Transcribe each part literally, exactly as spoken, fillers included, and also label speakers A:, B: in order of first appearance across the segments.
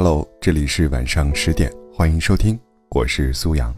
A: Hello， 这里是晚上十点，欢迎收听，我是苏阳。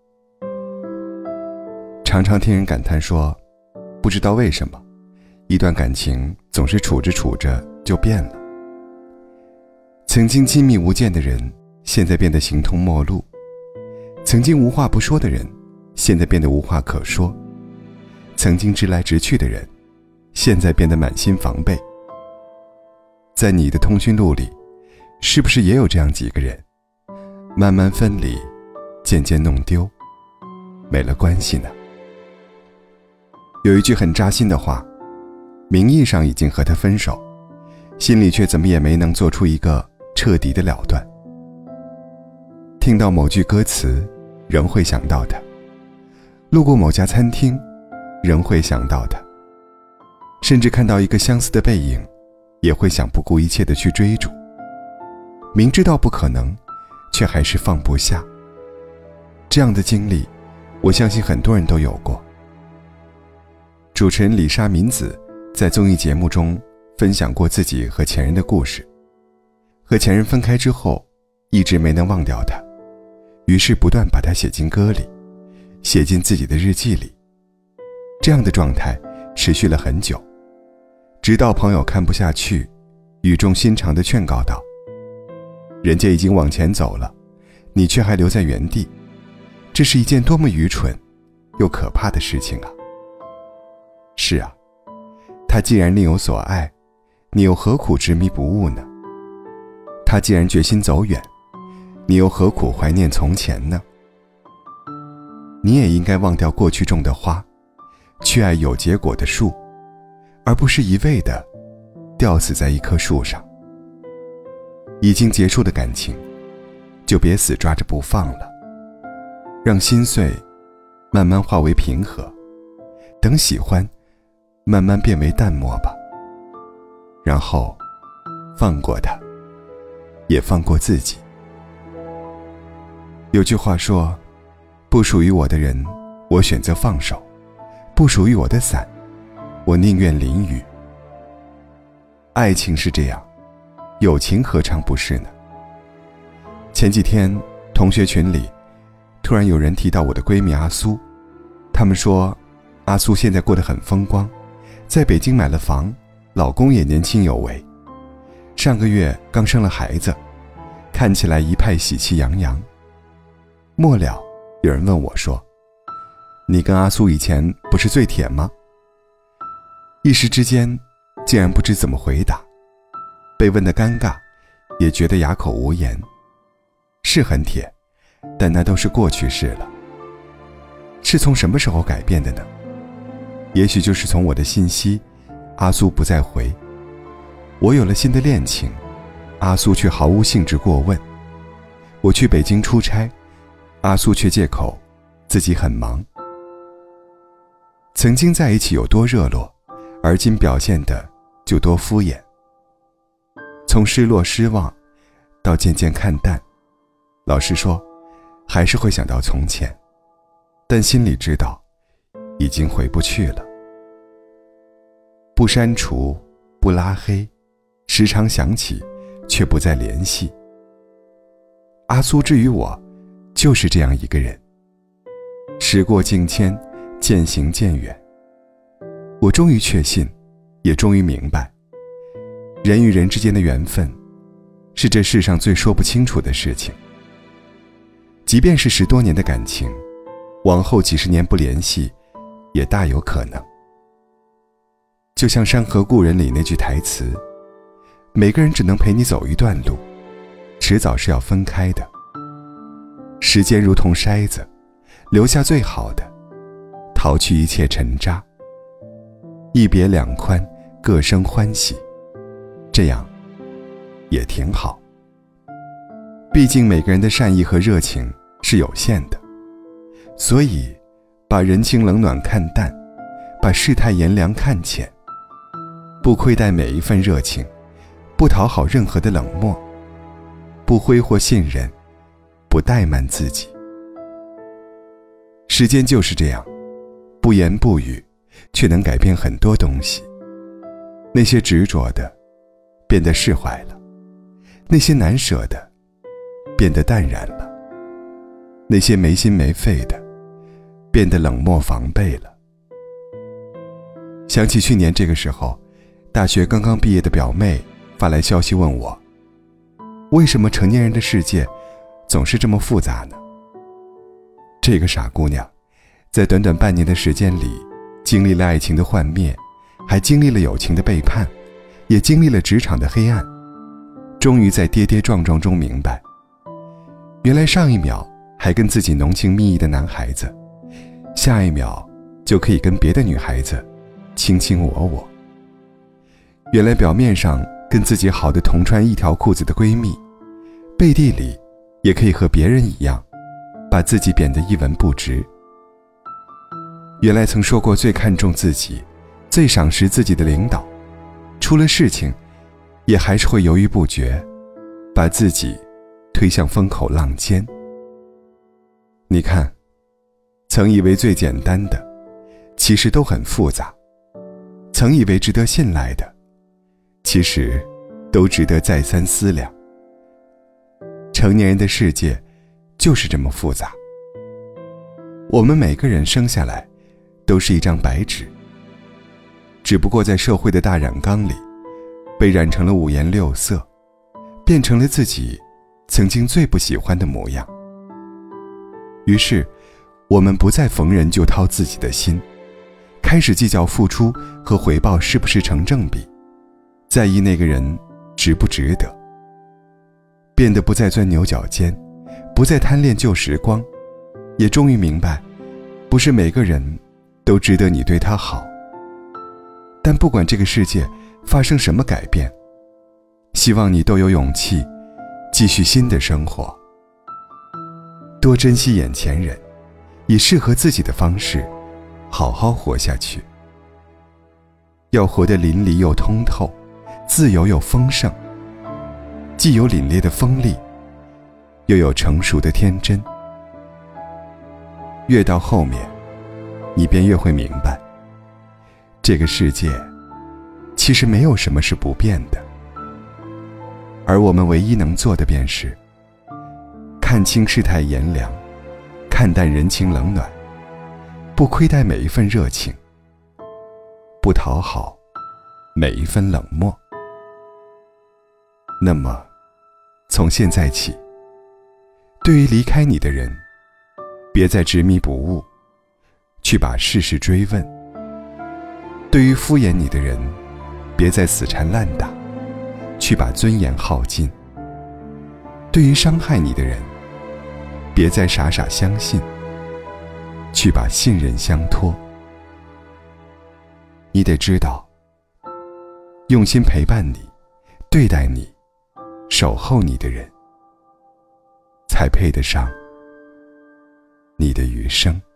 A: 常常听人感叹说，不知道为什么，一段感情总是处着处着就变了。曾经亲密无间的人，现在变得形同陌路；曾经无话不说的人，现在变得无话可说；曾经直来直去的人，现在变得满心防备。在你的通讯录里，是不是也有这样几个人，慢慢分离，渐渐弄丢，没了关系呢？有一句很扎心的话，名义上已经和他分手，心里却怎么也没能做出一个彻底的了断。听到某句歌词，仍会想到他；路过某家餐厅，仍会想到他；甚至看到一个相似的背影，也会想不顾一切地去追逐。明知道不可能，却还是放不下。这样的经历，我相信很多人都有过。主持人李莎敏子在综艺节目中分享过自己和前任的故事。和前任分开之后，一直没能忘掉他，于是不断把他写进歌里，写进自己的日记里。这样的状态持续了很久，直到朋友看不下去，语重心长地劝告道：人家已经往前走了，你却还留在原地，这是一件多么愚蠢又可怕的事情啊！是啊，他既然另有所爱，你又何苦执迷不悟呢？他既然决心走远，你又何苦怀念从前呢？你也应该忘掉过去种的花，去爱有结果的树，而不是一味地吊死在一棵树上。已经结束的感情，就别死抓着不放了，让心碎慢慢化为平和，等喜欢慢慢变为淡漠吧。然后放过他，也放过自己。有句话说，不属于我的人，我选择放手；不属于我的伞，我宁愿淋雨。爱情是这样，友情何尝不是呢？前几天同学群里突然有人提到我的闺蜜阿苏，他们说阿苏现在过得很风光，在北京买了房，老公也年轻有为，上个月刚生了孩子，看起来一派喜气洋洋。末了有人问我说，你跟阿苏以前不是最铁吗？一时之间竟然不知怎么回答，被问得尴尬，也觉得哑口无言。是很铁，但那都是过去式了。是从什么时候改变的呢？也许就是从我的信息，阿苏不再回；我有了新的恋情，阿苏却毫无兴致过问；我去北京出差，阿苏却借口自己很忙。曾经在一起有多热络，而今表现的就多敷衍。从失落失望到渐渐看淡，老实说还是会想到从前，但心里知道已经回不去了。不删除，不拉黑，时常想起却不再联系。阿苏之于我就是这样一个人，时过境迁，渐行渐远。我终于确信，也终于明白，人与人之间的缘分是这世上最说不清楚的事情。即便是十多年的感情，往后几十年不联系也大有可能。就像《山河故人》里那句台词，每个人只能陪你走一段路，迟早是要分开的。时间如同筛子，留下最好的，淘去一切尘渣。一别两宽，各生欢喜，这样也挺好。毕竟每个人的善意和热情是有限的，所以把人情冷暖看淡，把世态炎凉看浅，不亏待每一份热情，不讨好任何的冷漠，不挥霍信任，不怠慢自己。时间就是这样，不言不语，却能改变很多东西。那些执着的变得释怀了，那些难舍的变得淡然了，那些没心没肺的变得冷漠防备了。想起去年这个时候，大学刚刚毕业的表妹发来消息问我，为什么成年人的世界总是这么复杂呢？这个傻姑娘在短短半年的时间里，经历了爱情的幻灭，还经历了友情的背叛，也经历了职场的黑暗，终于在跌跌撞撞中明白，原来上一秒还跟自己浓情蜜意的男孩子，下一秒就可以跟别的女孩子卿卿我我。原来表面上跟自己好的同穿一条裤子的闺蜜，背地里也可以和别人一样，把自己贬得一文不值。原来曾说过最看重自己、最赏识自己的领导，出了事情也还是会犹豫不决，把自己推向风口浪尖。你看，曾以为最简单的，其实都很复杂；曾以为值得信赖的，其实都值得再三思量。成年人的世界就是这么复杂。我们每个人生下来都是一张白纸，只不过在社会的大染缸里被染成了五颜六色，变成了自己曾经最不喜欢的模样。于是我们不再逢人就掏自己的心，开始计较付出和回报是不是成正比，在意那个人值不值得，变得不再钻牛角尖，不再贪恋旧时光，也终于明白，不是每个人都值得你对他好。但不管这个世界发生什么改变，希望你都有勇气继续新的生活，多珍惜眼前人，以适合自己的方式好好活下去。要活得淋漓又通透，自由又丰盛，既有凛冽的锋利，又有成熟的天真。越到后面，你便越会明白，这个世界其实没有什么是不变的，而我们唯一能做的便是看清世态炎凉，看淡人情冷暖，不亏待每一份热情，不讨好每一分冷漠。那么从现在起，对于离开你的人，别再执迷不悟，去把事事追问；对于敷衍你的人，别再死缠烂打，去把尊严耗尽；对于伤害你的人，别再傻傻相信，去把信任相托。你得知道，用心陪伴你、对待你、守候你的人，才配得上你的余生。